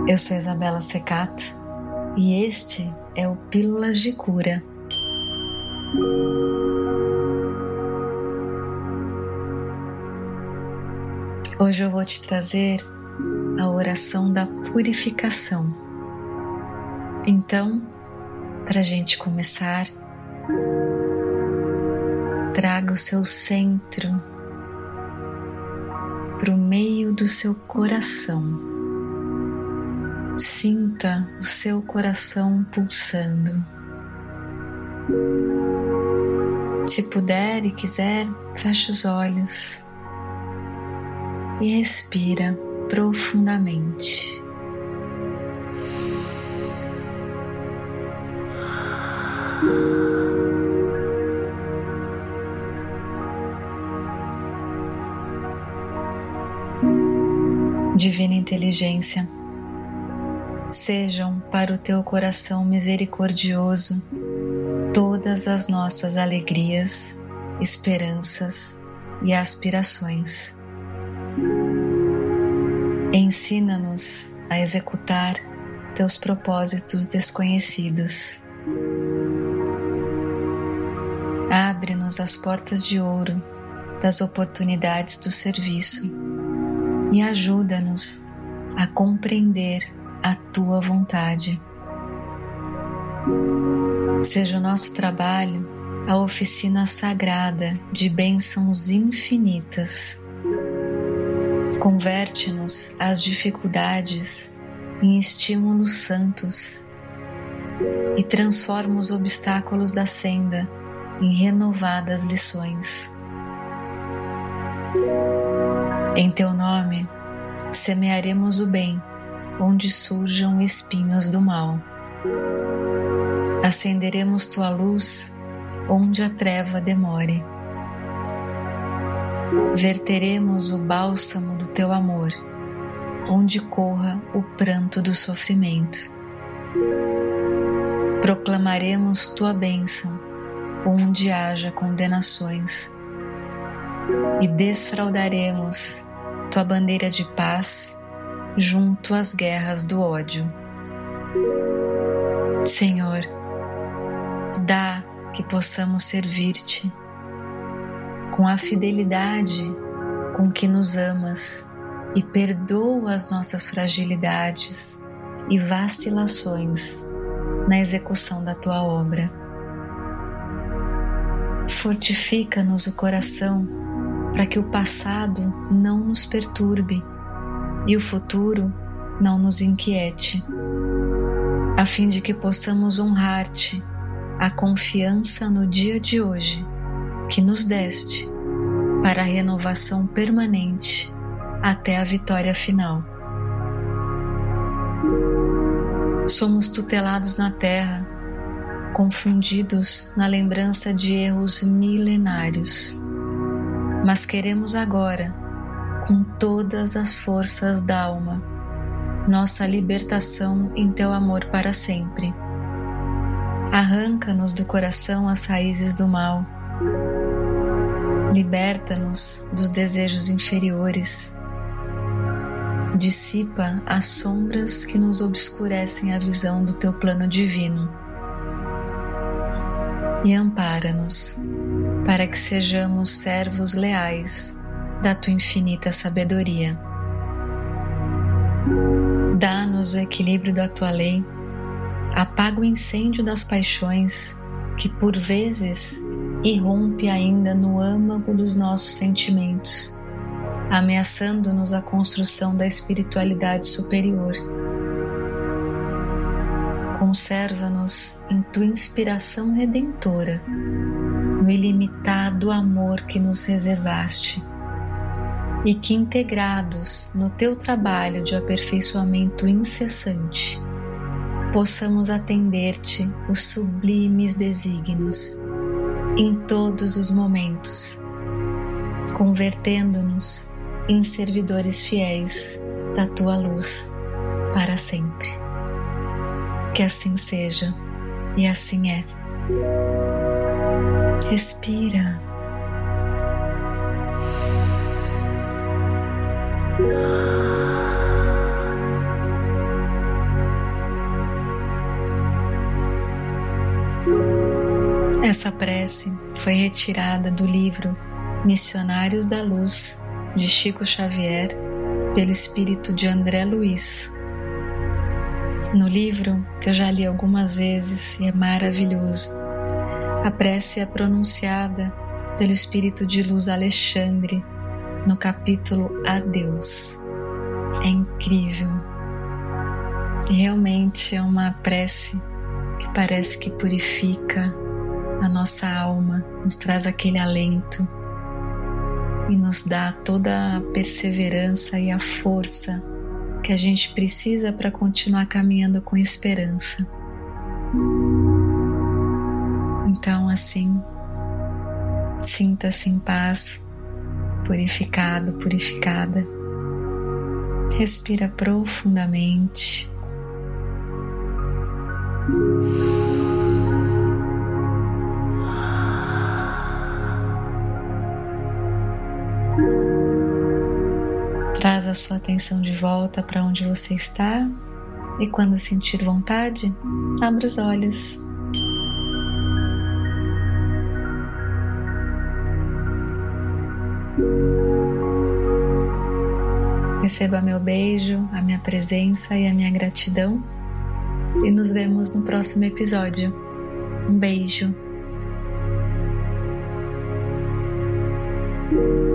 Eu sou Isabela Secato e este é o Pílulas de Cura. Hoje eu vou te trazer a oração da purificação. Então, para a gente começar, traga o seu centro para o meio do seu coração. Sinta o seu coração pulsando. Se puder e quiser, feche os olhos e respira profundamente. Divina Inteligência, sejam para o teu coração misericordioso todas as nossas alegrias, esperanças e aspirações. Ensina-nos a executar teus propósitos desconhecidos. Abre-nos as portas de ouro das oportunidades do serviço e ajuda-nos a compreender a tua vontade. Seja o nosso trabalho a oficina sagrada de bênçãos infinitas. Converte-nos as dificuldades em estímulos santos e transforma os obstáculos da senda em renovadas lições. Em teu nome, semearemos o bem onde surjam espinhos do mal. Acenderemos tua luz onde a treva demore. Verteremos o bálsamo do teu amor onde corra o pranto do sofrimento. Proclamaremos tua bênção onde haja condenações e desfraldaremos tua bandeira de paz junto às guerras do ódio. Senhor, dá que possamos servir-te com a fidelidade com que nos amas e perdoa as nossas fragilidades e vacilações na execução da tua obra. Fortifica-nos o coração para que o passado não nos perturbe e o futuro não nos inquiete, a fim de que possamos honrar-te a confiança no dia de hoje que nos deste para a renovação permanente até a vitória final. Somos tutelados na terra, confundidos na lembrança de erros milenários, mas queremos agora, com todas as forças da alma, nossa libertação em teu amor para sempre. Arranca-nos do coração as raízes do mal. Liberta-nos dos desejos inferiores. Dissipa as sombras que nos obscurecem a visão do teu plano divino. E ampara-nos para que sejamos servos leais da tua infinita sabedoria. Dá-nos o equilíbrio da tua lei, apaga o incêndio das paixões que por vezes irrompe ainda no âmago dos nossos sentimentos, ameaçando-nos a construção da espiritualidade superior. Conserva-nos em tua inspiração redentora, no ilimitado amor que nos reservaste, e que, integrados no teu trabalho de aperfeiçoamento incessante, possamos atender-te os sublimes desígnios em todos os momentos, convertendo-nos em servidores fiéis da tua luz para sempre. Que assim seja e assim é. Respira. Essa prece foi retirada do livro Missionários da Luz, de Chico Xavier, pelo espírito de André Luiz. No livro, que eu já li algumas vezes e é maravilhoso, a prece é pronunciada pelo espírito de luz Alexandre, no capítulo Adeus. É incrível. E realmente é uma prece que parece que purifica a nossa alma, nos traz aquele alento e nos dá toda a perseverança e a força que a gente precisa para continuar caminhando com esperança. Então, assim, sinta-se em paz, purificado, purificada. Respira profundamente. Traz a sua atenção de volta para onde você está e quando sentir vontade, abra os olhos. Receba meu beijo, a minha presença e a minha gratidão e nos vemos no próximo episódio. Um beijo.